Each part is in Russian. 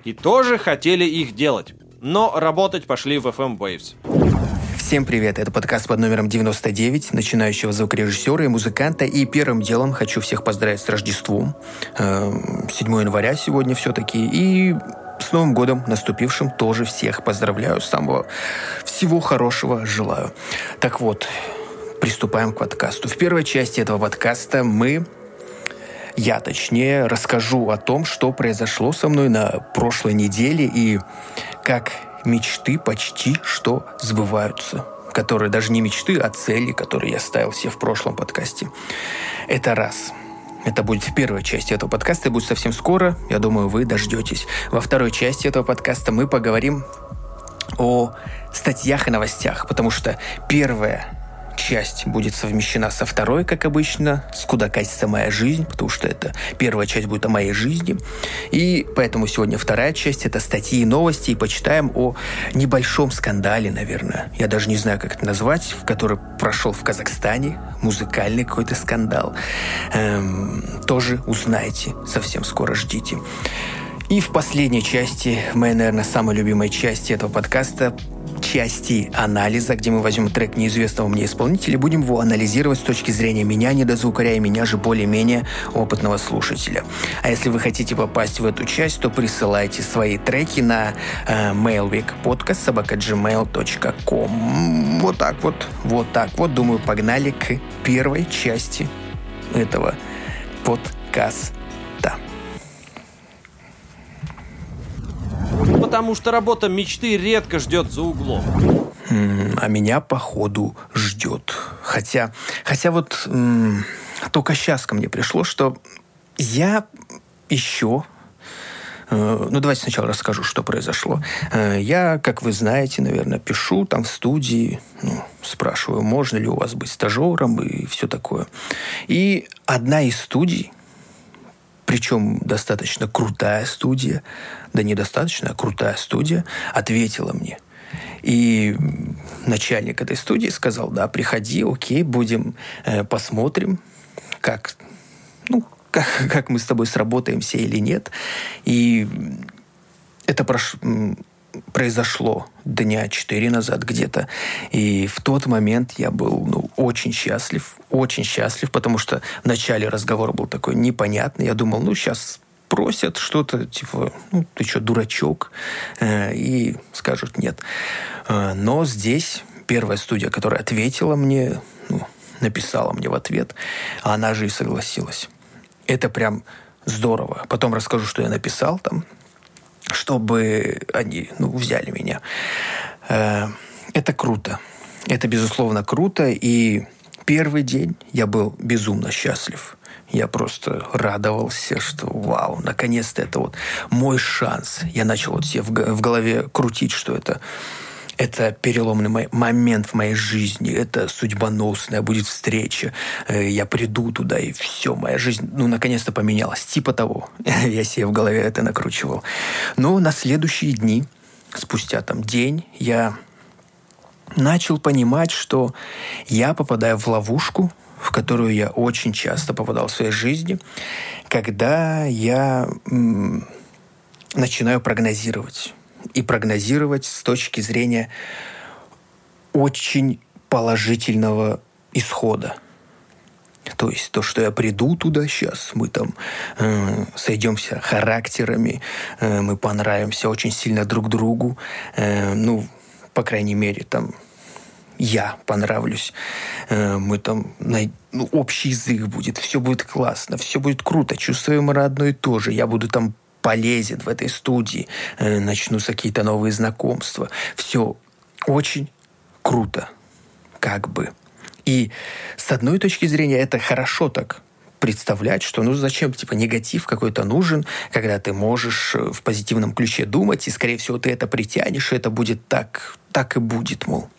и тоже хотели их делать. Но работать пошли в FM Waves. Всем привет, это подкаст под номером 99, начинающего звукорежиссера и музыканта. И первым делом хочу всех поздравить с Рождеством. 7 января сегодня все-таки. И с Новым годом наступившим тоже всех поздравляю. Всего хорошего желаю. Так вот, приступаем к подкасту. В первой части этого подкаста я расскажу о том, что произошло со мной на прошлой неделе и как мечты почти что сбываются. Которые даже не мечты, а цели, которые я ставил себе в прошлом подкасте. Это раз. Это будет в первой части этого подкаста и будет совсем скоро. Я думаю, вы дождетесь. Во второй части этого подкаста мы поговорим о статьях и новостях, потому что первая часть будет совмещена со второй, как обычно, с «Куда катится моя жизнь», потому что это первая часть будет о моей жизни. И поэтому сегодня вторая часть — это статьи и новости, и почитаем о небольшом скандале, наверное. Я даже не знаю, как это назвать, который прошел в Казахстане. Музыкальный какой-то скандал. Тоже узнаете. Совсем скоро ждите. И в последней части, в моей, наверное, самой любимой части этого подкаста, части анализа, где мы возьмем трек неизвестного мне исполнителя и будем его анализировать с точки зрения меня, недозвукаря, и меня же более-менее опытного слушателя. А если вы хотите попасть в эту часть, то присылайте свои треки на mailweekpodcast@gmail.com. Вот так вот. Думаю, погнали к первой части этого подкаста. Потому что работа мечты редко ждет за углом. А меня, походу, ждет. Хотя вот только сейчас ко мне пришло, что я еще... давайте сначала расскажу, что произошло. Я, как вы знаете, наверное, пишу там в студии, спрашиваю, можно ли у вас быть стажером и все такое. И одна из студий, причем достаточно крутая студия, да недостаточно, а крутая студия, ответила мне. И начальник этой студии сказал, да, приходи, окей, посмотрим, как мы с тобой сработаемся или нет. И это произошло дня 4 назад где-то. И в тот момент я был очень счастлив, потому что в начале разговора был такой непонятный. Я думал, сейчас просят что-то, типа, ты что, дурачок? И скажут нет. Но здесь первая студия, которая ответила мне, написала мне в ответ, она же и согласилась. Это прям здорово. Потом расскажу, что я написал там, чтобы они взяли меня. Это круто. Это, безусловно, круто. И первый день я был безумно счастлив. Я просто радовался, что вау, наконец-то это вот мой шанс. Я начал себе в голове крутить, что это переломный момент в моей жизни, это судьбоносная будет встреча. Я приду туда, и все, моя жизнь, наконец-то поменялась. Типа того. Я себе в голове это накручивал. Но на следующие дни, спустя день, я начал понимать, что я попадаю в ловушку, в которую я очень часто попадал в своей жизни, когда я начинаю прогнозировать. И прогнозировать с точки зрения очень положительного исхода. То есть то, что я приду туда сейчас, мы там сойдемся характерами, мы понравимся очень сильно друг другу, по крайней мере, я понравлюсь, мы общий язык будет, все будет классно, все будет круто, чувство юмора одно и то же, я буду полезен в этой студии, начну какие-то новые знакомства. Все очень круто, как бы. И с одной точки зрения это хорошо так представлять, что зачем негатив какой-то нужен, когда ты можешь в позитивном ключе думать, и, скорее всего, ты это притянешь, и это будет так и будет, мол.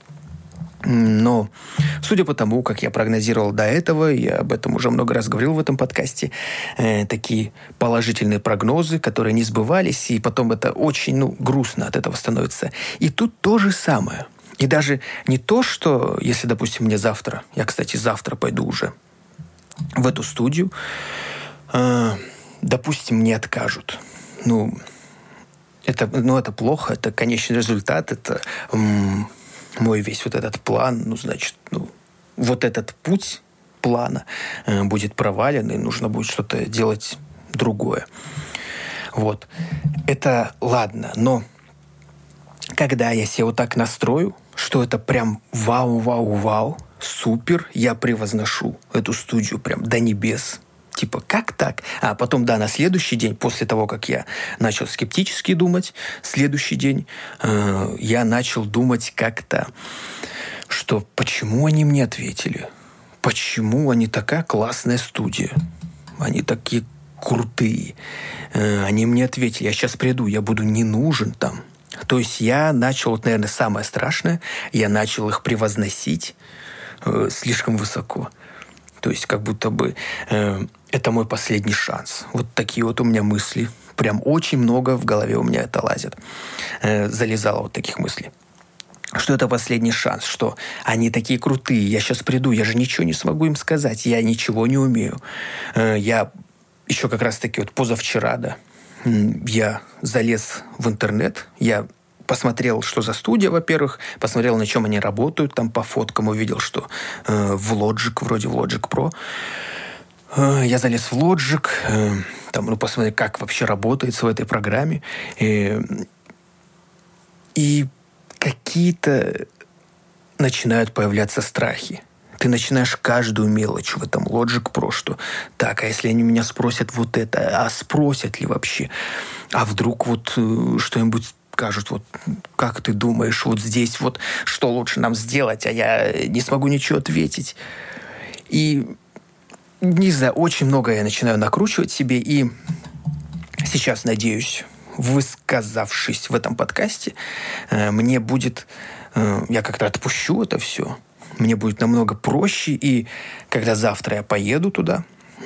Но, судя по тому, как я прогнозировал до этого, я об этом уже много раз говорил в этом подкасте, такие положительные прогнозы, которые не сбывались, и потом это очень, грустно от этого становится. И тут то же самое. И даже не то, что, если, допустим, мне завтра, я, кстати, завтра пойду уже в эту студию, допустим, мне откажут. это плохо, это конечный результат, это мой весь вот этот план, вот этот путь плана будет провален, и нужно будет что-то делать другое. Вот. Это ладно, но когда я себя вот так настрою, что это прям вау, супер, я превозношу эту студию прям до небес. Типа, как так? А потом, на следующий день, после того, как я начал скептически думать, следующий день я начал думать как-то, что почему они мне ответили? Почему они такая классная студия? Они такие крутые. Они мне ответили, я сейчас приду, я буду не нужен там. То есть я начал, наверное, самое страшное, я начал их превозносить слишком высоко. То есть как будто бы это мой последний шанс. Вот такие вот у меня мысли. Прям очень много в голове у меня это лазит. Залезало вот таких мыслей. Что это последний шанс, что они такие крутые, я сейчас приду, я же ничего не смогу им сказать, я ничего не умею. Я еще как раз-таки вот позавчера, я залез в интернет, я посмотрел, что за студия, во-первых, посмотрел, на чем они работают, там по фоткам увидел, что в Logic, вроде в Logic Pro. Я залез в Logic, там, посмотреть, как вообще работает в этой программе. И какие-то начинают появляться страхи. Ты начинаешь каждую мелочь в этом Logic Pro, что так, а если они меня спросят вот это, а спросят ли вообще? А вдруг вот что-нибудь скажут, вот как ты думаешь, вот здесь вот что лучше нам сделать, а я не смогу ничего ответить. И, не знаю, очень много я начинаю накручивать себе, и сейчас, надеюсь, высказавшись в этом подкасте, мне будет... Я как-то отпущу это все. Мне будет намного проще. И когда завтра я поеду туда,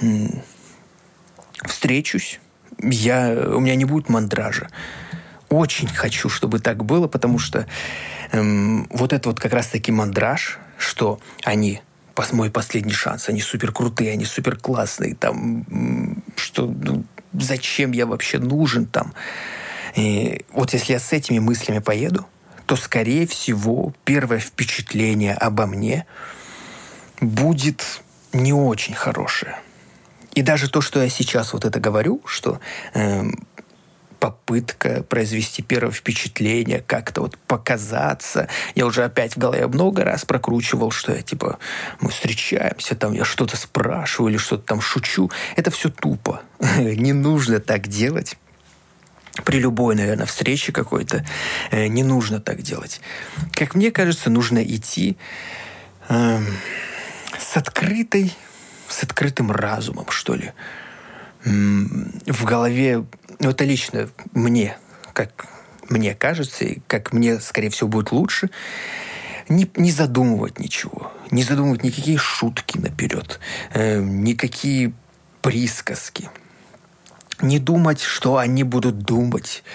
встречусь, у меня не будет мандража. Очень хочу, чтобы так было, потому что вот это вот как раз-таки мандраж, что они... Мой последний шанс, они супер крутые, они супер классные, там, что... зачем я вообще нужен там? И вот если я с этими мыслями поеду, то, скорее всего, первое впечатление обо мне будет не очень хорошее. И даже то, что я сейчас вот это говорю, что попытка произвести первое впечатление, как-то вот показаться. Я уже опять в голове много раз прокручивал, что я типа, мы встречаемся, там я что-то спрашиваю или что-то там шучу. Это все тупо. Не нужно так делать. При любой, наверное, встрече какой-то не нужно так делать. Как мне кажется, нужно идти с открытым разумом, что ли. В голове, это лично мне, как мне кажется, и как мне, скорее всего, будет лучше, не задумывать ничего, не задумывать никакие шутки наперед, никакие присказки. Не думать, что они будут думать.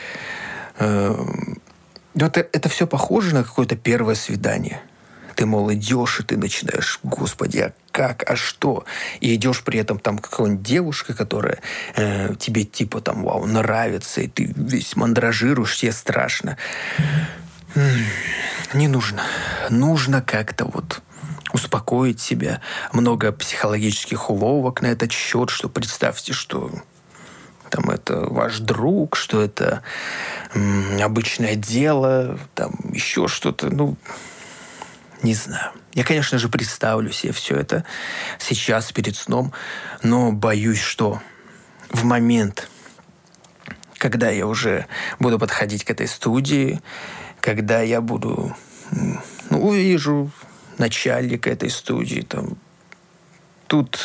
Это все похоже на какое-то первое свидание. Ты, мол, идешь, и ты начинаешь, господи, а как, а что? И идешь при этом там какая-нибудь девушка, которая тебе типа там, вау, нравится, и ты весь мандражируешь, тебе страшно. Не нужно. Нужно как-то вот успокоить себя. Много психологических уловок на этот счет, что представьте, что... там это ваш друг, что это обычное дело, там еще что-то, не знаю. Я, конечно же, представлю себе все это сейчас перед сном, но боюсь, что в момент, когда я уже буду подходить к этой студии, когда я буду, увижу начальника этой студии, там, тут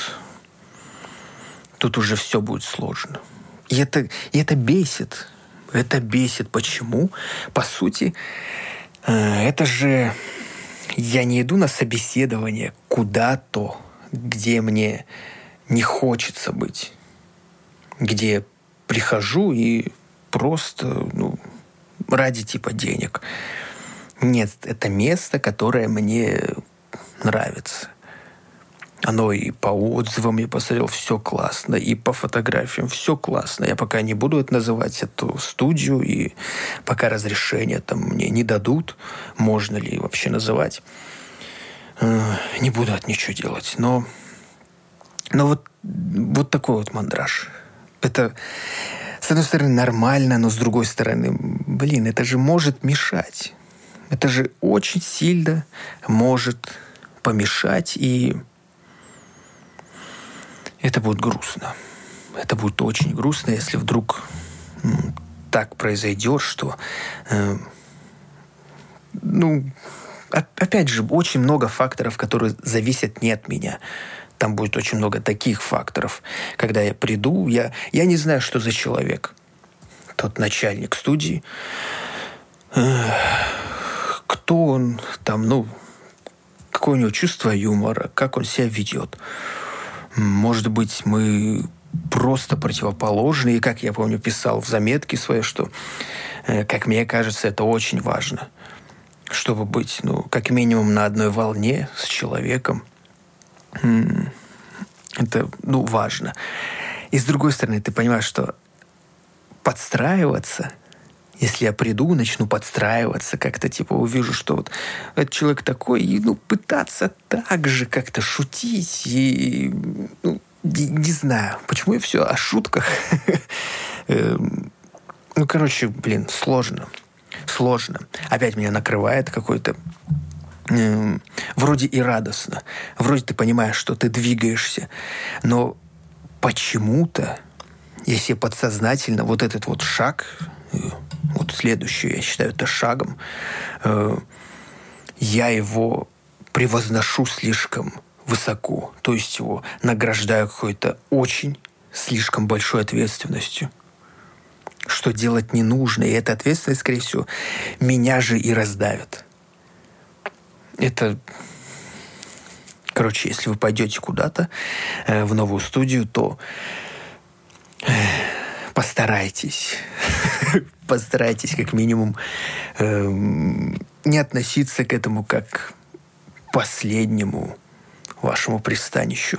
уже все будет сложно. И это бесит. Это бесит. Почему? По сути, это же... Я не иду на собеседование куда-то, где мне не хочется быть. Где я прихожу и просто, ради типа денег. Нет, это место, которое мне нравится. Оно и по отзывам я посмотрел, все классно, и по фотографиям все классно. Я пока не буду это называть, эту студию, и пока разрешения там мне не дадут, можно ли вообще называть, не буду от ничего делать. Но вот такой вот мандраж. Это, с одной стороны, нормально, но с другой стороны, это же может мешать. Это же очень сильно может помешать, и это будет грустно. Это будет очень грустно, если вдруг так произойдет, что... опять же, очень много факторов, которые зависят не от меня. Там будет очень много таких факторов. Когда я приду, я не знаю, что за человек. Тот начальник студии. Кто он там, какое у него чувство юмора, как он себя ведет. Может быть, мы просто противоположные. И, как я помню, писал в заметке своей, что, как мне кажется, это очень важно. Чтобы быть, как минимум на одной волне с человеком. Это, важно. И с другой стороны, ты понимаешь, что подстраиваться, если я приду, начну подстраиваться, как-то увижу, что вот этот человек такой, и пытаться так же как-то шутить, и не знаю, почему я все о шутках. Сложно. Сложно. Опять меня накрывает какой-то вроде и радостно. Вроде ты понимаешь, что ты двигаешься. Но почему-то, если подсознательно вот этот вот шаг, вот следующий, я считаю это шагом, я его превозношу слишком высоко. То есть его награждаю какой-то очень слишком большой ответственностью. Что делать не нужно. И эта ответственность, скорее всего, меня же и раздавит. Это... если вы пойдете куда-то в новую студию, то постарайтесь как минимум не относиться к этому как к последнему вашему пристанищу.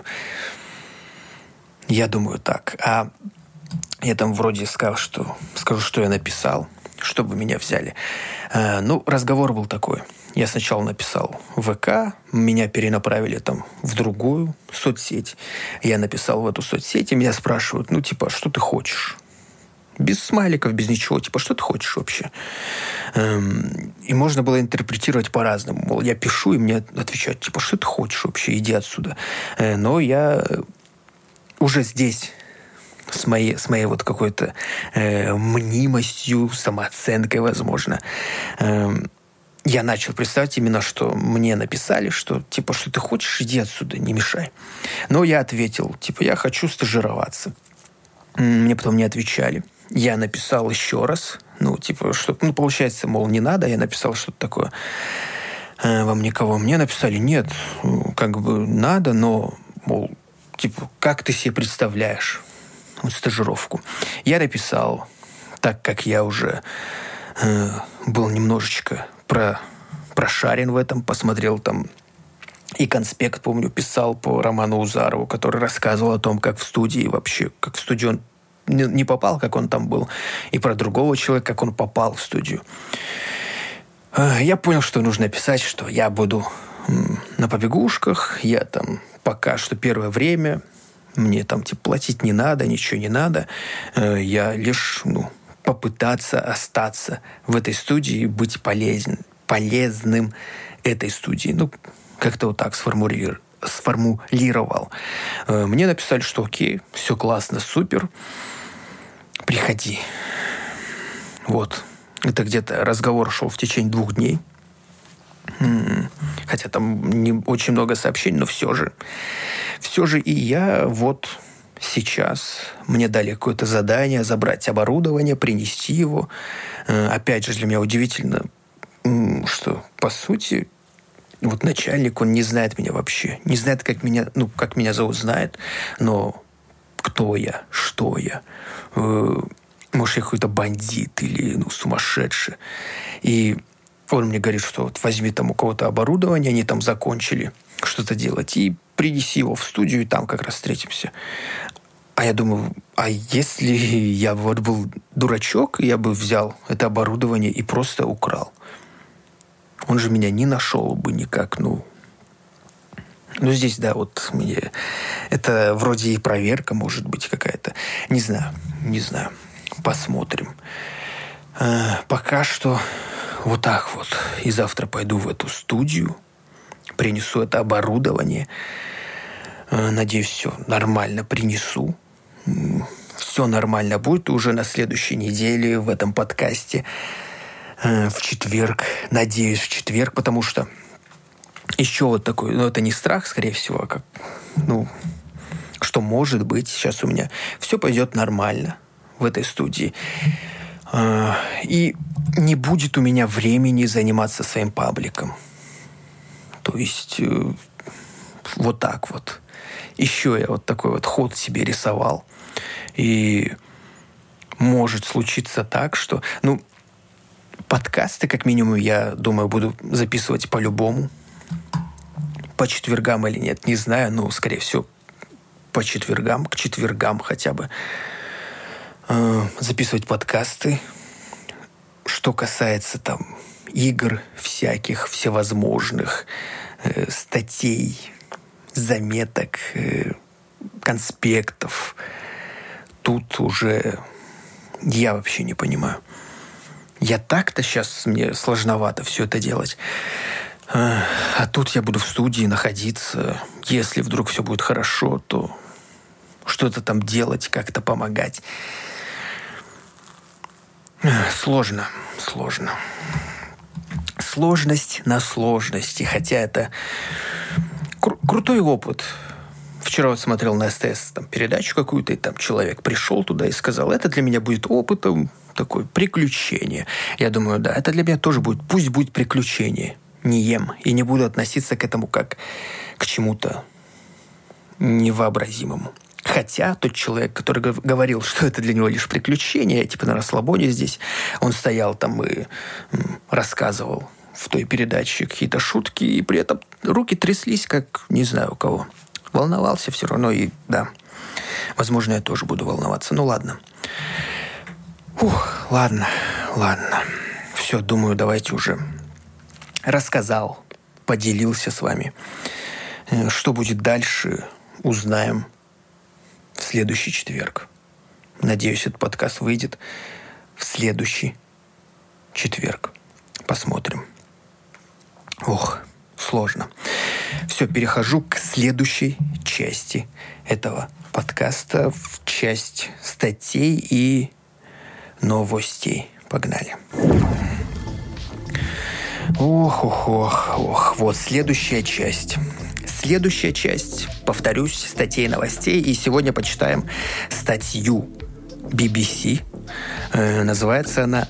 Я думаю так. А я там вроде скажу, что я написал, чтобы меня взяли. Разговор был такой. Я сначала написал в ВК, меня перенаправили там в другую соцсеть. Я написал в эту соцсеть, и меня спрашивают, что ты хочешь? Без смайликов, без ничего. Что ты хочешь вообще? И можно было интерпретировать по-разному. Мол, я пишу, и мне отвечают, что ты хочешь вообще? Иди отсюда. Но я уже здесь с моей вот какой-то мнимостью, самооценкой, возможно, я начал представить именно, что мне написали, что, что ты хочешь, иди отсюда, не мешай. Но я ответил, я хочу стажироваться. Мне потом не отвечали. Я написал еще раз, получается, мол, не надо. Я написал что-то такое. Вам никого. Мне написали, нет, надо, но, мол, как ты себе представляешь стажировку? Я написал, так как я уже был немножечко прошарен в этом, посмотрел там и конспект, помню, писал по Роману Узарову, который рассказывал о том, как в студии вообще, как в студию он не попал, как он там был, и про другого человека, как он попал в студию. Я понял, что нужно писать, что я буду на побегушках, я там пока что первое время, мне там платить не надо, ничего не надо, я лишь, попытаться остаться в этой студии и быть полезным этой студии. Как-то вот так сформулировал. Мне написали, что окей, все классно, супер, приходи. Вот. Это где-то разговор шел в течение 2 дней. Хотя там не очень много сообщений, но все же. Все же и я вот сейчас мне дали какое-то задание забрать оборудование, принести его. Опять же, для меня удивительно, что, по сути, вот начальник, он не знает меня вообще. Не знает, как меня зовут, знает, но кто я, что я. Может, я какой-то бандит или сумасшедший. И он мне говорит, что вот возьми там у кого-то оборудование, они там закончили что-то делать, и принеси его в студию, и там как раз встретимся. А я думаю, а если я вот был дурачок, я бы взял это оборудование и просто украл? Он же меня не нашел бы никак, ну, здесь, да, вот мне... Это вроде и проверка, может быть, какая-то. Не знаю. Посмотрим. Пока что вот так вот. И завтра пойду в эту студию, принесу это оборудование. Надеюсь, все нормально принесу. Все нормально будет уже на следующей неделе в этом подкасте. В четверг. Надеюсь, в четверг, потому что еще вот такой, это не страх, скорее всего, а как, что может быть, сейчас у меня все пойдет нормально в этой студии. И не будет у меня времени заниматься своим пабликом. То есть вот так вот. Еще я вот такой вот ход себе рисовал. И может случиться так, что... подкасты, как минимум, я думаю, буду записывать по-любому. По четвергам или нет, не знаю. Но, скорее всего, по четвергам, к четвергам хотя бы. Записывать подкасты. Что касается там игр всяких, всевозможных, статей, заметок, конспектов. Тут уже я вообще не понимаю. Я так-то сейчас, мне сложновато все это делать. А тут я буду в студии находиться. Если вдруг все будет хорошо, то что-то там делать, как-то помогать. Сложно. Сложность на сложности. Хотя это крутой опыт. Вчера вот смотрел на СТС там передачу какую-то, и там человек пришел туда и сказал, это для меня будет опытом, такое приключение. Я думаю, да, это для меня тоже будет, пусть будет приключение. Не ем и не буду относиться к этому как к чему-то невообразимому. Хотя тот человек, который говорил, что это для него лишь приключение, типа на расслабоне здесь, он стоял там и рассказывал в той передаче какие-то шутки, и при этом руки тряслись, как не знаю у кого. Волновался все равно, и да, возможно, я тоже буду волноваться. Ладно. Ладно. Все, думаю, давайте уже рассказал, поделился с вами. Что будет дальше, узнаем в следующий четверг. Надеюсь, этот подкаст выйдет в следующий четверг. Посмотрим. Сложно. Все, перехожу к следующей части этого подкаста, в часть статей и новостей. Погнали. Вот следующая часть. Следующая часть, повторюсь, статей и новостей. И сегодня почитаем статью BBC. Называется она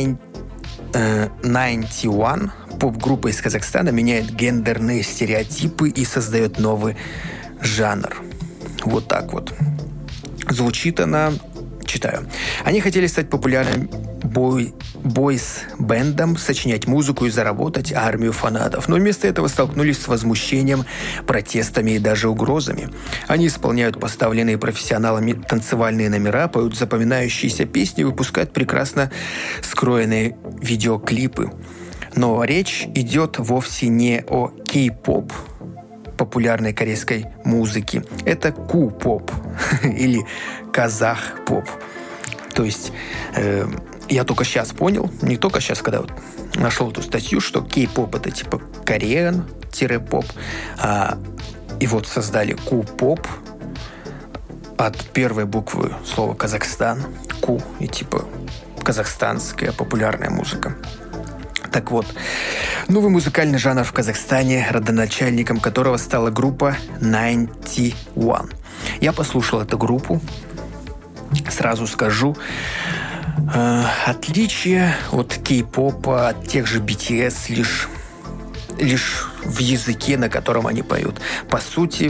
91. Поп-группа из Казахстана меняет гендерные стереотипы и создает новый жанр. Вот так вот. Звучит она... Читаю. Они хотели стать популярным бойс-бендом, сочинять музыку и заработать армию фанатов. Но вместо этого столкнулись с возмущением, протестами и даже угрозами. Они исполняют поставленные профессионалами танцевальные номера, поют запоминающиеся песни, выпускают прекрасно скроенные видеоклипы. Но речь идет вовсе не о кей-поп, популярной корейской музыки. Это ку-поп или казах-поп. То есть я только сейчас понял, не только сейчас, когда вот нашел эту статью, что кей-поп это типа кореан-поп, и вот создали ку-поп от первой буквы слова Казахстан, ку, и типа казахстанская популярная музыка. Так вот, новый музыкальный жанр в Казахстане, родоначальником которого стала группа 91. Я послушал эту группу. Сразу скажу, отличие от кей-попа, от тех же BTS лишь в языке, на котором они поют. По сути,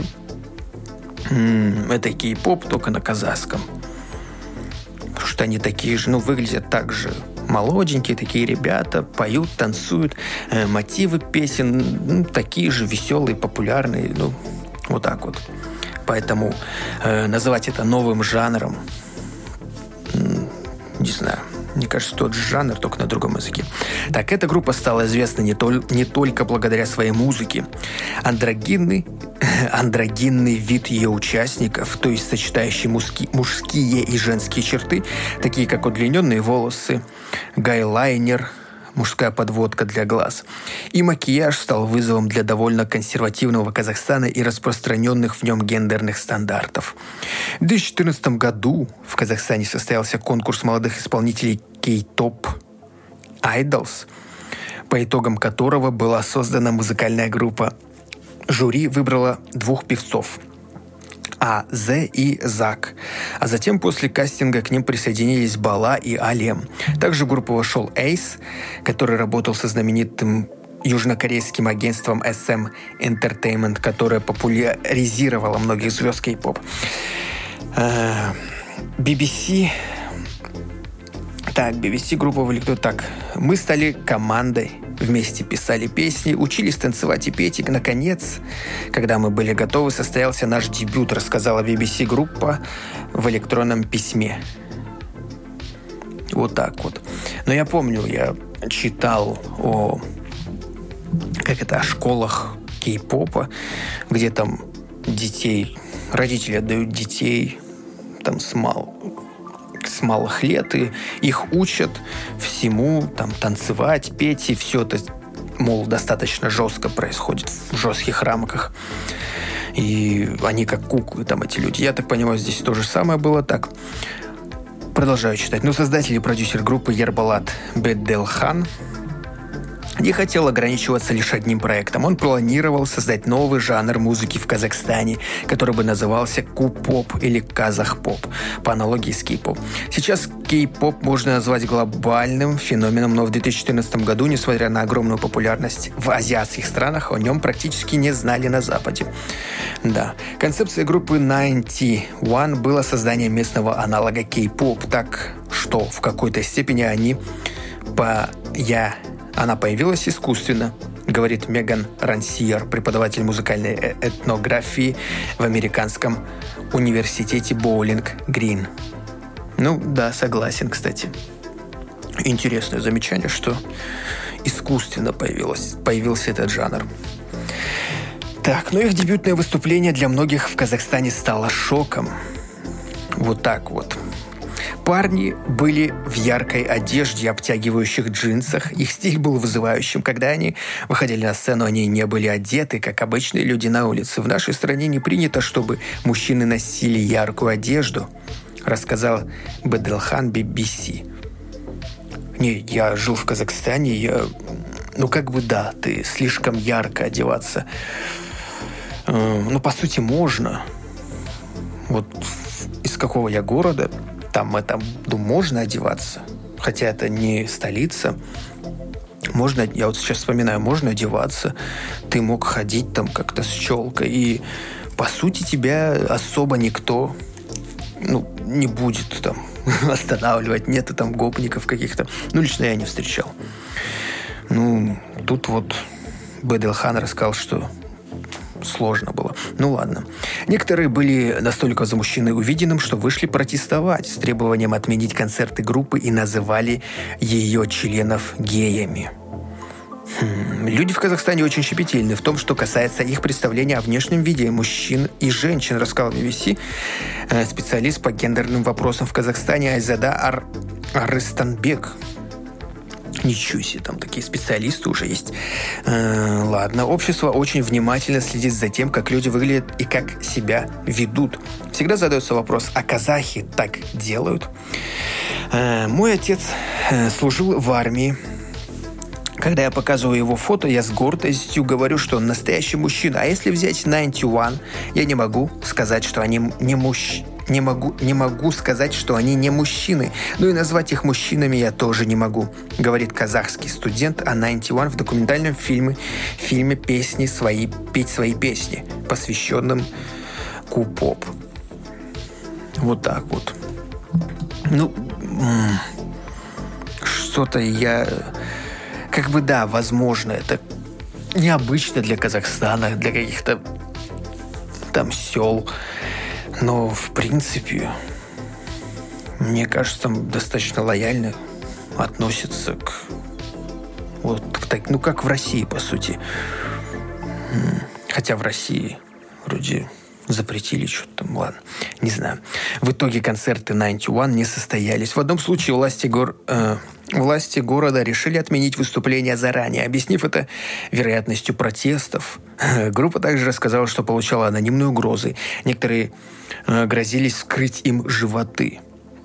это кей-поп, только на казахском. Потому что они такие же, выглядят так же. Молоденькие такие ребята, поют, танцуют, мотивы песен такие же веселые, популярные, Вот так вот. Поэтому называть это новым жанром, не знаю, мне кажется, тот же жанр, только на другом языке. Так, эта группа стала известна не только благодаря своей музыке. Андрогинный вид ее участников, то есть сочетающий мужские и женские черты, такие как удлиненные волосы, гайлайнер, мужская подводка для глаз. И макияж стал вызовом для довольно консервативного Казахстана и распространенных в нем гендерных стандартов. В 2014 году в Казахстане состоялся конкурс молодых исполнителей K-Top Idols, по итогам которого была создана музыкальная группа. Жюри выбрало 2 певцов – А.З. и Зак. А затем после кастинга к ним присоединились Бала и Алем. Также в группу вошел Эйс, который работал со знаменитым южнокорейским агентством SM Entertainment, которое популяризировало многих звезд кей-поп. BBC... Так, BBC группа вылетела так. Мы стали командой, вместе писали песни, учились танцевать и петь, и, наконец, когда мы были готовы, состоялся наш дебют, рассказала BBC группа в электронном письме. Вот так вот. Но я помню, я читал о школах кей-попа, где там родители отдают детей там с малых лет, и их учат всему, там, танцевать, петь, и все это, мол, достаточно жестко происходит в жестких рамках. И они как куклы, там, эти люди. Я так понимаю, здесь то же самое было так. Продолжаю читать. Создатель и продюсер группы Ерболат Беделхан не хотел ограничиваться лишь одним проектом. Он планировал создать новый жанр музыки в Казахстане, который бы назывался ку-поп или казах-поп, по аналогии с кей-поп. Сейчас кей-поп можно назвать глобальным феноменом, но в 2014 году, несмотря на огромную популярность в азиатских странах, о нем практически не знали на Западе. Да. Концепция группы 91 было создание местного аналога кей-поп, так что в какой-то степени она появилась искусственно, говорит Меган Рансиер, преподаватель музыкальной этнографии в американском университете Боулинг-Грин. Да, согласен, кстати. Интересное замечание, что искусственно появился этот жанр. Так, их дебютное выступление для многих в Казахстане стало шоком. Вот так вот. Парни были в яркой одежде, обтягивающих джинсах. Их стиль был вызывающим. Когда они выходили на сцену, они не были одеты, как обычные люди на улице. В нашей стране не принято, чтобы мужчины носили яркую одежду, рассказал Беделхан BBC. Я жил в Казахстане, да, ты слишком ярко одеваться. По сути, можно. Вот из какого я города... Там можно одеваться, хотя это не столица. Можно, я вот сейчас вспоминаю, можно одеваться. Ты мог ходить там как-то с челкой, и по сути тебя особо никто не будет там останавливать. Нет там гопников каких-то. Лично я не встречал. Тут вот Беделхан рассказал, что сложно было. Ладно. Некоторые были настолько возмущены увиденным, что вышли протестовать с требованием отменить концерты группы и называли ее членов геями. Люди в Казахстане очень щепетильны в том, что касается их представления о внешнем виде мужчин и женщин, рассказал BBC специалист по гендерным вопросам в Казахстане Айзада Арыстанбек. Ничего себе, там такие специалисты уже есть. Ладно, общество очень внимательно следит за тем, как люди выглядят и как себя ведут. Всегда задается вопрос, а казахи так делают? Мой отец служил в армии. Когда я показываю его фото, я с гордостью говорю, что он настоящий мужчина. А если взять 91, я не могу сказать, что они не мужчины. Не могу сказать, что они не мужчины. И назвать их мужчинами я тоже не могу, говорит казахский студент А91 в документальном фильме «Петь свои песни», посвященном ку-поп. Вот так вот. Что-то я... возможно, это необычно для Казахстана, для каких-то там сел. Но, в принципе, мне кажется, там достаточно лояльно относятся к как в России, по сути. Хотя в России вроде запретили что-то там, ладно, не знаю. В итоге концерты 91 не состоялись. В одном случае власти города решили отменить выступление заранее, объяснив это вероятностью протестов. Группа также рассказала, что получала анонимные угрозы. Некоторые грозились вскрыть им животы.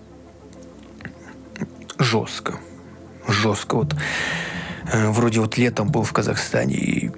Жестко. Вот. Вроде летом был в Казахстане и...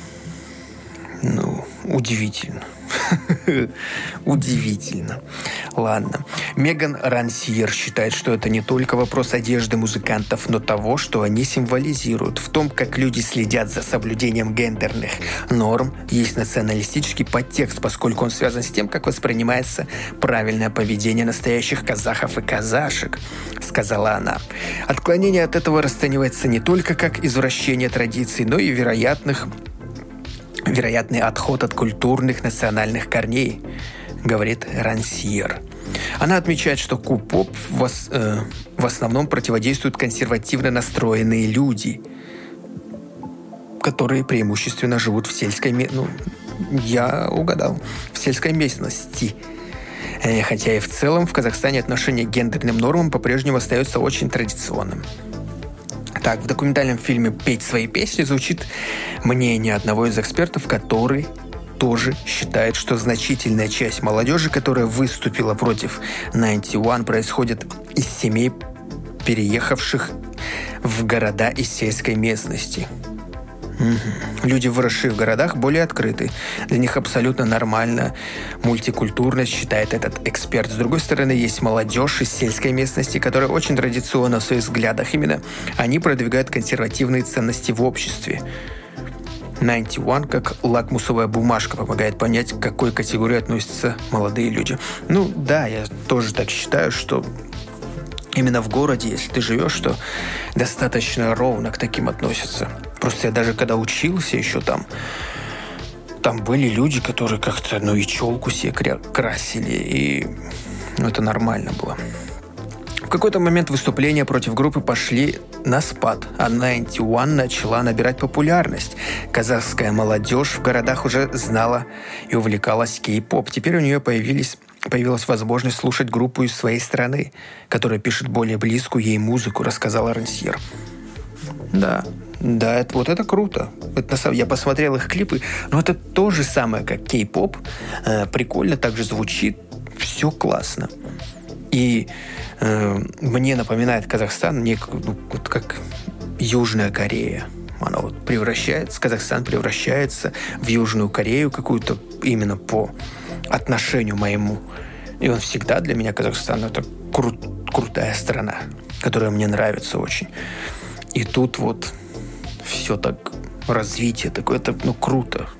удивительно. Удивительно. Ладно. Меган Рансьер считает, что это не только вопрос одежды музыкантов, но того, что они символизируют. В том, как люди следят за соблюдением гендерных норм, есть националистический подтекст, поскольку он связан с тем, как воспринимается правильное поведение настоящих казахов и казашек, сказала она. Отклонение от этого расценивается не только как извращение традиций, но и вероятный отход от культурных национальных корней, говорит Рансьер. Она отмечает, что купоп в основном противодействуют консервативно настроенные люди, которые преимущественно живут в сельской в сельской местности. Хотя и в целом в Казахстане отношение к гендерным нормам по-прежнему остается очень традиционным. Так, в документальном фильме «Петь свои песни» звучит мнение одного из экспертов, который тоже считает, что значительная часть молодежи, которая выступила против 91, происходит из семей, переехавших в города из сельской местности. Люди, выросшие в городах, более открыты. Для них абсолютно нормально мультикультурность, считает этот эксперт. С другой стороны, есть молодежь из сельской местности, которая очень традиционна в своих взглядах. Именно они продвигают консервативные ценности в обществе. 91 как лакмусовая бумажка помогает понять, к какой категории относятся молодые люди. Я тоже так считаю, что именно в городе, если ты живешь, то достаточно ровно к таким относятся. Просто я даже когда учился еще там были люди, которые как-то, и челку себе красили, и это нормально было. В какой-то момент выступления против группы пошли на спад, а 91 начала набирать популярность. Казахская молодежь в городах уже знала и увлекалась кей-поп. Теперь у нее появилась возможность слушать группу из своей страны, которая пишет более близкую ей музыку, рассказала Рансьер. Да, это круто. Я посмотрел их клипы, но это то же самое, как кей-поп. Прикольно также звучит, все классно. И мне напоминает Казахстан, как Южная Корея. Она Казахстан превращается в Южную Корею какую-то именно по отношению моему. И он всегда для меня, Казахстан, это крутая страна, которая мне нравится очень. И тут все так, развитие такое, это круто.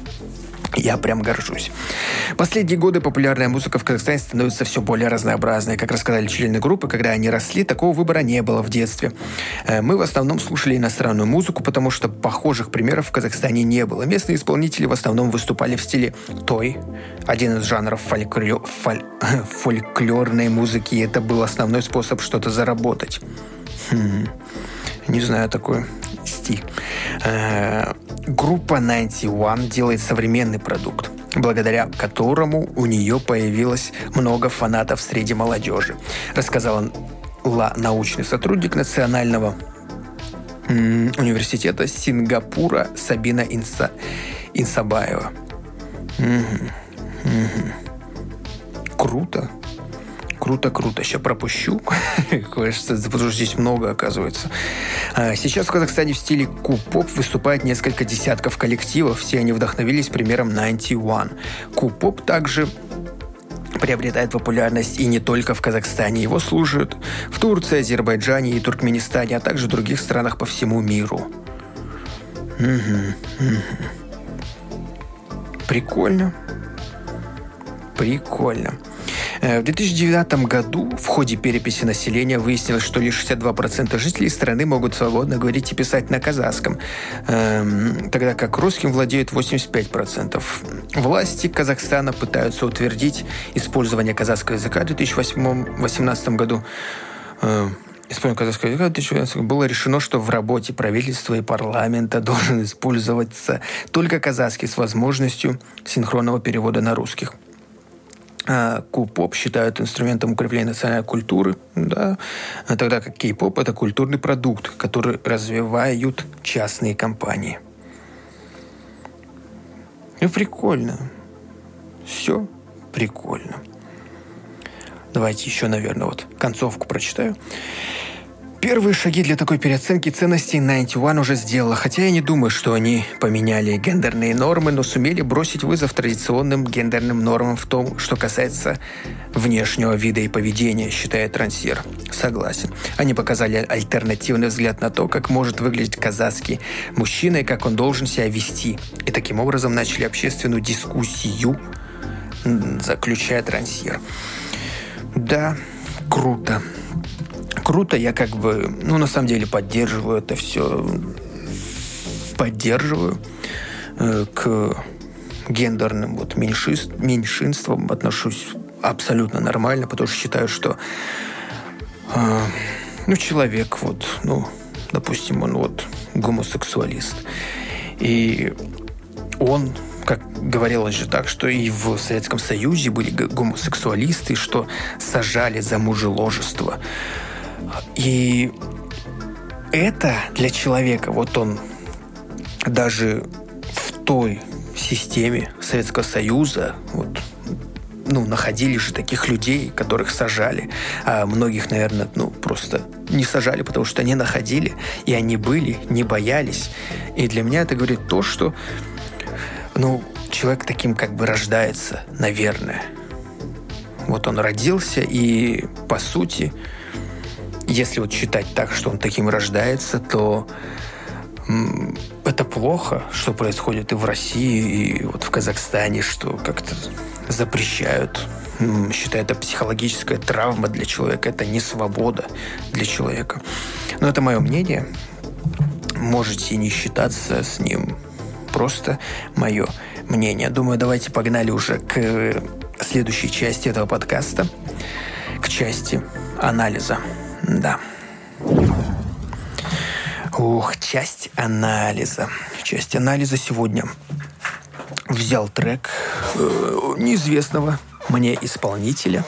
Я прям горжусь. Последние годы популярная музыка в Казахстане становится все более разнообразной. Как рассказали члены группы, когда они росли, такого выбора не было в детстве. Мы в основном слушали иностранную музыку, потому что похожих примеров в Казахстане не было. Местные исполнители в основном выступали в стиле той, один из жанров фольклорной музыки, и это был основной способ что-то заработать. Не знаю такой стиль. Группа 91 делает современный продукт, благодаря которому у нее появилось много фанатов среди молодежи, рассказала научный сотрудник Национального университета Сингапура Сабина Инсабаева. Круто. Сейчас пропущу. Потому что здесь много, оказывается. Сейчас в Казахстане в стиле купоп выступает несколько десятков коллективов. Все они вдохновились примером 91. Купоп также приобретает популярность и не только в Казахстане. Его слушают в Турции, Азербайджане и Туркменистане, а также в других странах по всему миру. Прикольно. В 2009 году в ходе переписи населения выяснилось, что лишь 62% жителей страны могут свободно говорить и писать на казахском, тогда как русским владеют 85%. Власти Казахстана пытаются утвердить использование казахского языка в 2018 году. Использование казахского языка в 2018 году было решено, что в работе правительства и парламента должен использоваться только казахский с возможностью синхронного перевода на русских. Q-поп считают инструментом укрепления национальной культуры, да, тогда как кей-поп – это культурный продукт, который развивают частные компании. И прикольно. Все прикольно. Давайте еще, наверное, вот концовку прочитаю. Первые шаги для такой переоценки ценностей 91 уже сделала, хотя я не думаю, что они поменяли гендерные нормы, но сумели бросить вызов традиционным гендерным нормам в том, что касается внешнего вида и поведения, считает Трансир. Согласен. Они показали альтернативный взгляд на то, как может выглядеть казахский мужчина и как он должен себя вести. И таким образом начали общественную дискуссию, заключая Трансир. Да, круто. Круто, я как бы, на самом деле поддерживаю это все. Поддерживаю. К гендерным меньшинствам отношусь абсолютно нормально, потому что считаю, что человек, допустим, он гомосексуалист. И он, как говорилось же так, что и в Советском Союзе были гомосексуалисты, что сажали за мужеложество. И это для человека, он даже в той системе Советского Союза, находили же таких людей, которых сажали, а многих, наверное, просто не сажали, потому что не находили, и они были, не боялись. И для меня это говорит то, что, человек таким как бы рождается, наверное. Он родился, и, по сути, если считать так, что он таким рождается, то это плохо, что происходит и в России, и в Казахстане, что как-то запрещают. Считаю, это психологическая травма для человека, это не свобода для человека. Но это мое мнение. Можете не считаться с ним. Просто мое мнение. Думаю, давайте погнали уже к следующей части этого подкаста, к части анализа. Да. Часть анализа. Часть анализа сегодня взял трек неизвестного мне исполнителя.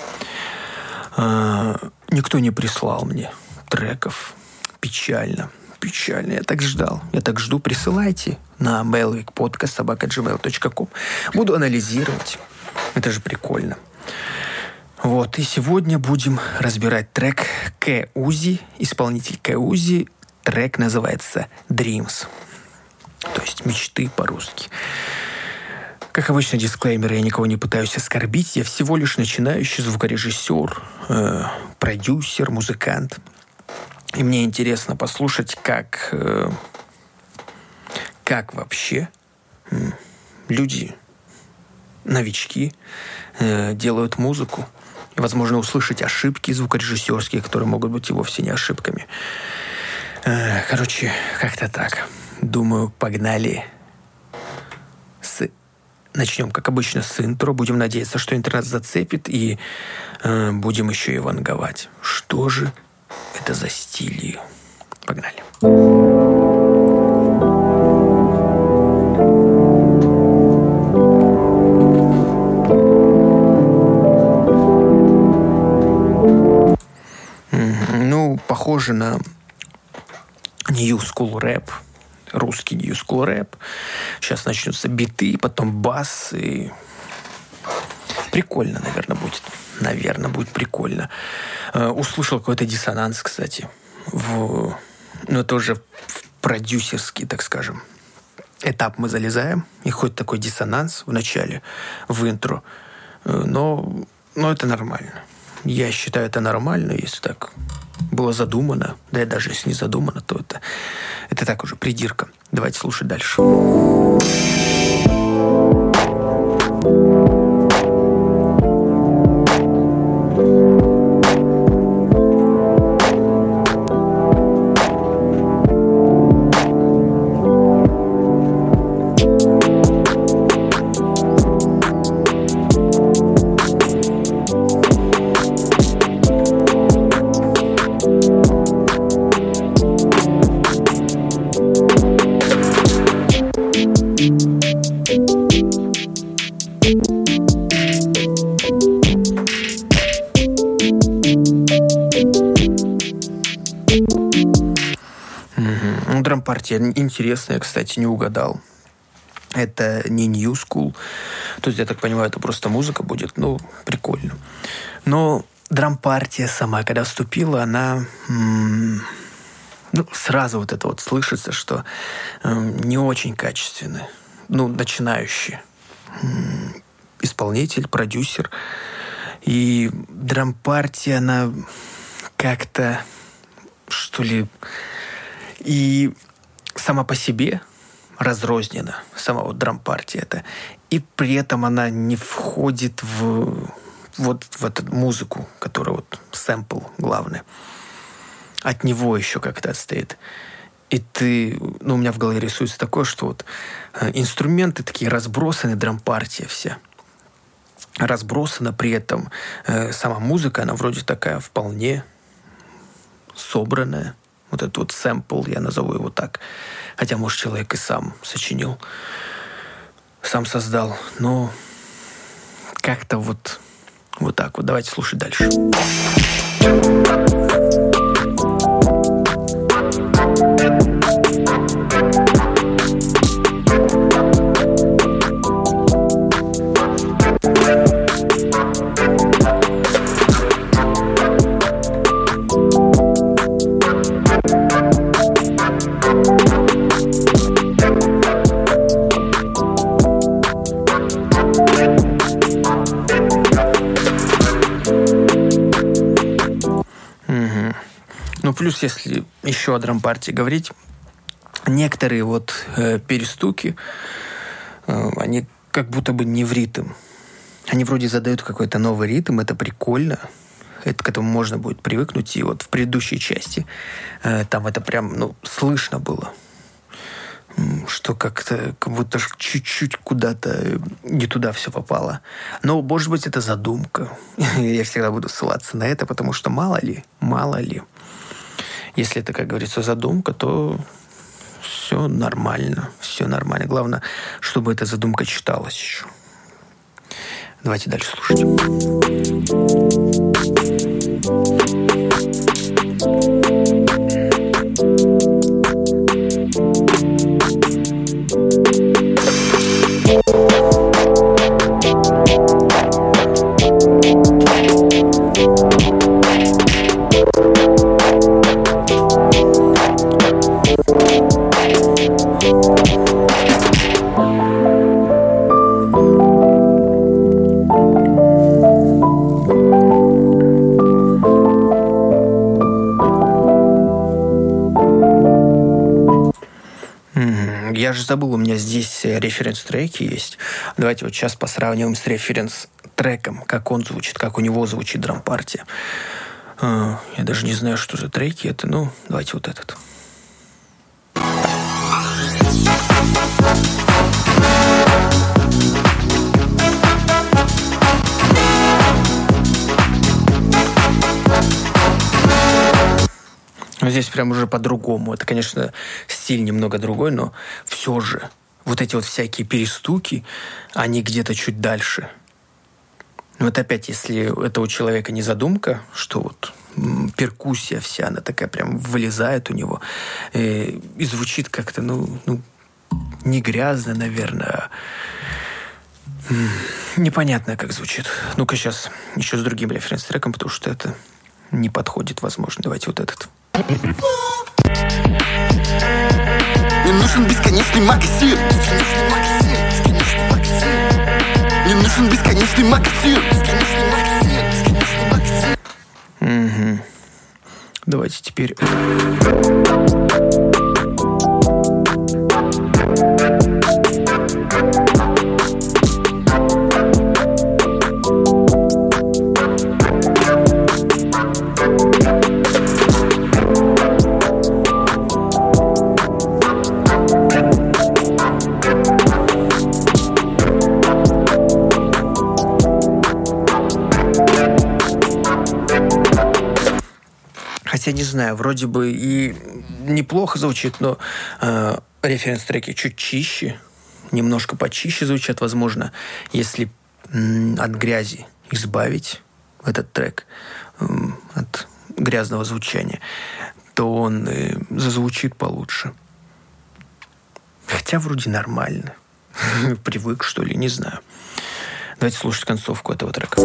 Никто не прислал мне треков. Печально. Я так ждал. Я так жду. Присылайте на mailvikpodcast@gmail.com. Буду анализировать. Это же прикольно. И сегодня будем разбирать трек K-Uzi, исполнитель K-Uzi. Трек называется Dreams, то есть мечты по-русски. Как обычно, дисклеймер, я никого не пытаюсь оскорбить, я всего лишь начинающий звукорежиссер, продюсер, музыкант. И мне интересно послушать, как вообще люди, новички, делают музыку. И, возможно, услышать ошибки звукорежиссерские, которые могут быть и вовсе не ошибками. Как-то так. Думаю, погнали. Начнем, как обычно, с интро. Будем надеяться, что интернет зацепит, и будем еще и ванговать. Что же это за стиль? Погнали. Похоже на New School рэп, русский New School рэп. Сейчас начнутся биты, потом бас, и прикольно, наверное, будет. Будет прикольно. Услышал какой-то диссонанс, кстати. Это уже в продюсерский, так скажем, этап мы залезаем, и хоть такой диссонанс в начале, в интро, но это нормально. Я считаю, это нормально, если так было задумано. Да и даже если не задумано, то это так уже придирка. Давайте слушать дальше. Ну, драм-партия интересная, кстати, не угадал. Это не New School. То есть, я так понимаю, это просто музыка будет. Ну, прикольно. Но драм-партия сама, когда вступила, она... сразу вот это вот слышится, что не очень качественная. Начинающий исполнитель, продюсер. И драм-партия, она как-то, что ли, и сама по себе разрознена, сама вот драм-партия это, и при этом она не входит в эту музыку, которая вот сэмпл главный. От него еще как-то отстоит. И у меня в голове рисуется такое, что вот инструменты такие разбросаны, драм-партия вся. Разбросана, при этом сама музыка, она вроде такая вполне собранная. Вот этот вот сэмпл, я назову его так. Хотя, может, человек и сам сочинил, сам создал. Но как-то вот так вот. Давайте слушать дальше. Плюс, если еще о драм-партии говорить, некоторые перестуки, они как будто бы не в ритм. Они вроде задают какой-то новый ритм, это прикольно. К этому можно будет привыкнуть. И вот в предыдущей части там это прям, слышно было. Что как будто чуть-чуть куда-то не туда все попало. Но, может быть, это задумка. Я всегда буду ссылаться на это, потому что мало ли. Если это, как говорится, задумка, то все нормально. Все нормально. Главное, чтобы эта задумка читалась еще. Давайте дальше слушать. Я же забыл, у меня здесь референс-треки есть. Давайте вот сейчас посравниваем с референс-треком, как он звучит, как у него звучит драм-партия. Я даже не знаю, что за треки это. Давайте вот этот. Здесь прям уже по-другому. Это, конечно, стиль немного другой, но все же вот эти вот всякие перестуки, они где-то чуть дальше. Вот опять, если это у человека не задумка, что вот перкуссия вся, она такая прям вылезает у него и звучит как-то, не грязно, наверное, непонятно, как звучит. Ну-ка сейчас еще с другим референс-треком, потому что это не подходит, возможно. Давайте вот этот. Мне нужен бесконечный магазин. Мне нужен бесконечный магазин. Угу. Давайте теперь... Хотя не знаю, вроде бы и неплохо звучит, но референс-треки чуть чище, немножко почище звучат, возможно, если от грязи избавить этот трек, от грязного звучания, то он зазвучит получше. Хотя вроде нормально. Привык, что ли, не знаю. Давайте слушать концовку этого трека.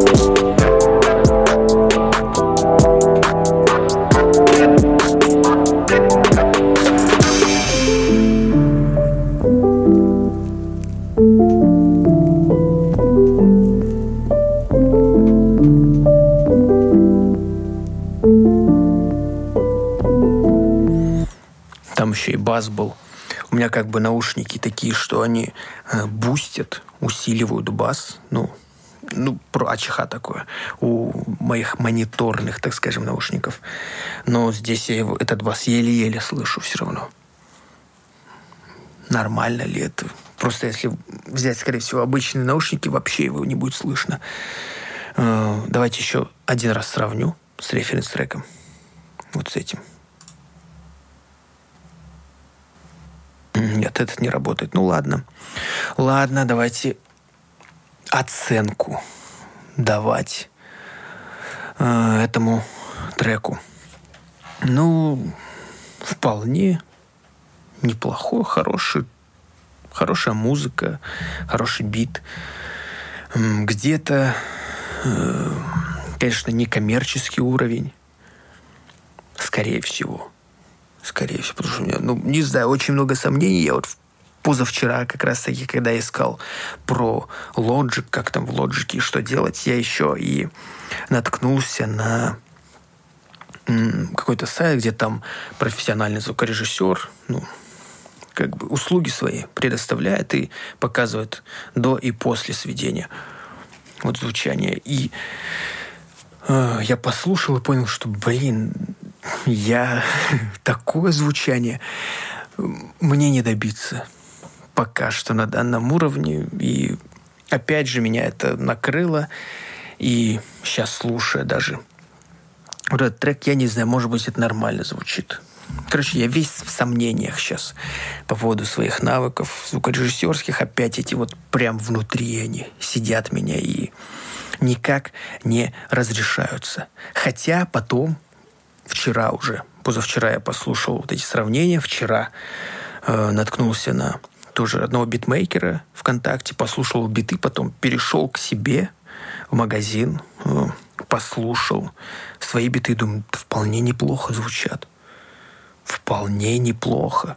Там еще и бас был. У меня как бы наушники такие, что они бустят, усиливают бас. Ну, про АЧХ такое. У моих мониторных, так скажем, наушников. Но здесь я этот бас еле-еле слышу все равно. Нормально ли это? Просто если взять, скорее всего, обычные наушники, вообще его не будет слышно. Давайте еще один раз сравню с референс-треком. Вот с этим. Нет, этот не работает. Ну, ладно. Ладно, давайте оценку давать этому треку. Ну, вполне неплохой, хорошая музыка, хороший бит. Где-то, конечно, не коммерческий уровень. Скорее всего. Потому что у меня, не знаю, очень много сомнений. Я вот позавчера как раз-таки, когда искал про Logic, как там в Logic и что делать, я еще и наткнулся на какой-то сайт, где там профессиональный звукорежиссер, как бы услуги свои предоставляет и показывает до и после сведения вот звучания. И я послушал и понял, что, такое звучание мне не добиться пока что на данном уровне. И опять же меня это накрыло. И сейчас, слушая даже вот этот трек, я не знаю, может быть, это нормально звучит. Короче, я весь в сомнениях сейчас по поводу своих навыков звукорежиссерских. Опять эти вот прям внутри они сидят меня и никак не разрешаются. Хотя потом, позавчера я послушал вот эти сравнения, вчера наткнулся на тоже одного битмейкера ВКонтакте, послушал биты, потом перешел к себе в магазин, послушал свои биты, думаю, вполне неплохо звучат. Вполне неплохо.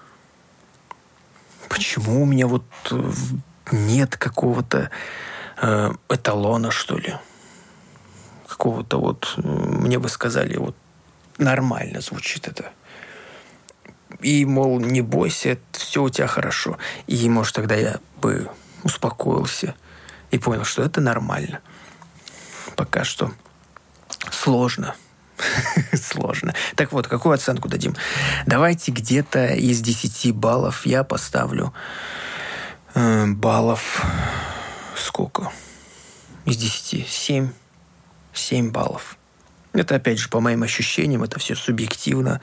Почему у меня вот нет какого-то эталона, что ли? Какого-то вот, мне бы сказали, вот нормально звучит это. И, мол, не бойся, все у тебя хорошо. И, может, тогда я бы успокоился и понял, что это нормально. Пока что сложно. Сложно. Так вот, какую оценку дадим? Давайте где-то из 10 баллов я поставлю баллов... Сколько? Из 10? 7. 7 баллов. Это, опять же, по моим ощущениям, это все субъективно.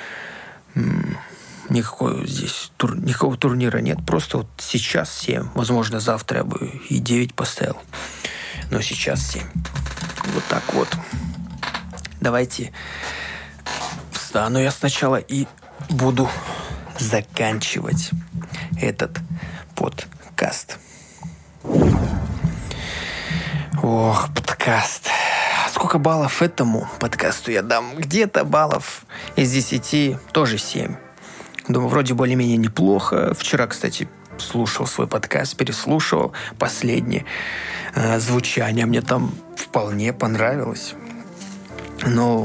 Никакого турнира нет. Просто вот сейчас 7. Возможно, завтра я бы и 9 поставил. Но сейчас 7. Вот так вот. Давайте встану я сначала и буду заканчивать этот подкаст. Ох, подкаст. Сколько баллов этому подкасту я дам? Где-то баллов из 10 тоже 7. Думаю, вроде более-менее неплохо. Вчера, кстати, слушал свой подкаст, переслушивал последнее звучание. Мне там вполне понравилось. Но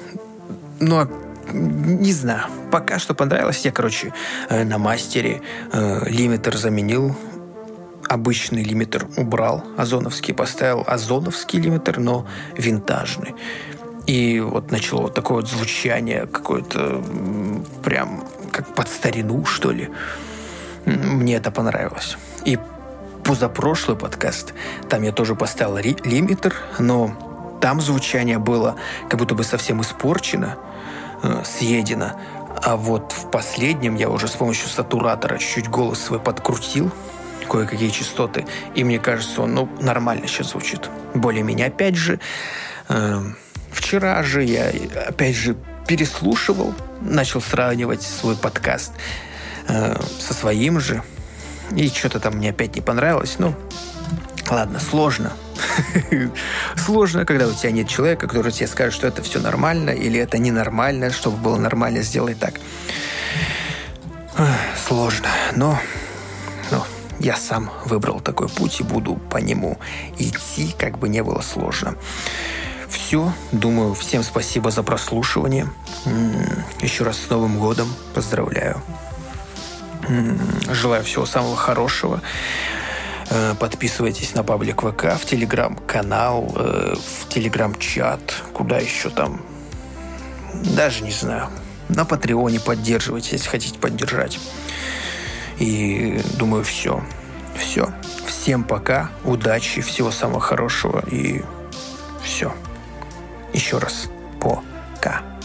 не знаю. Пока что понравилось. Я, на мастере лимитер заменил. Обычный лимитер убрал. Озоновский поставил озоновский лимитер, но винтажный. И вот начало вот такое вот звучание какое-то прям как под старину, что ли. Мне это понравилось. И позапрошлый подкаст, там я тоже поставил лимитер, но там звучание было как будто бы совсем испорчено, съедено. А вот в последнем я уже с помощью сатуратора чуть-чуть голос свой подкрутил, кое-какие частоты, и мне кажется, он нормально сейчас звучит. Более-менее. Опять же, вчера же я, опять же, переслушивал, начал сравнивать свой подкаст со своим же. И что-то там мне опять не понравилось. Ну, ладно, сложно. Сложно, когда у тебя нет человека, который тебе скажет, что это все нормально или это ненормально. Чтобы было нормально, сделай так. Сложно, но я сам выбрал такой путь и буду по нему идти, как бы не было сложно. Все, думаю, всем спасибо за прослушивание. Еще раз с Новым годом поздравляю. Желаю всего самого хорошего. Подписывайтесь на паблик ВК, в Телеграм-канал, в Телеграм-чат, куда еще там, даже не знаю. На Патреоне поддерживайте, если хотите поддержать. И думаю, все. Всем пока, удачи, всего самого хорошего и все. Еще раз, пока.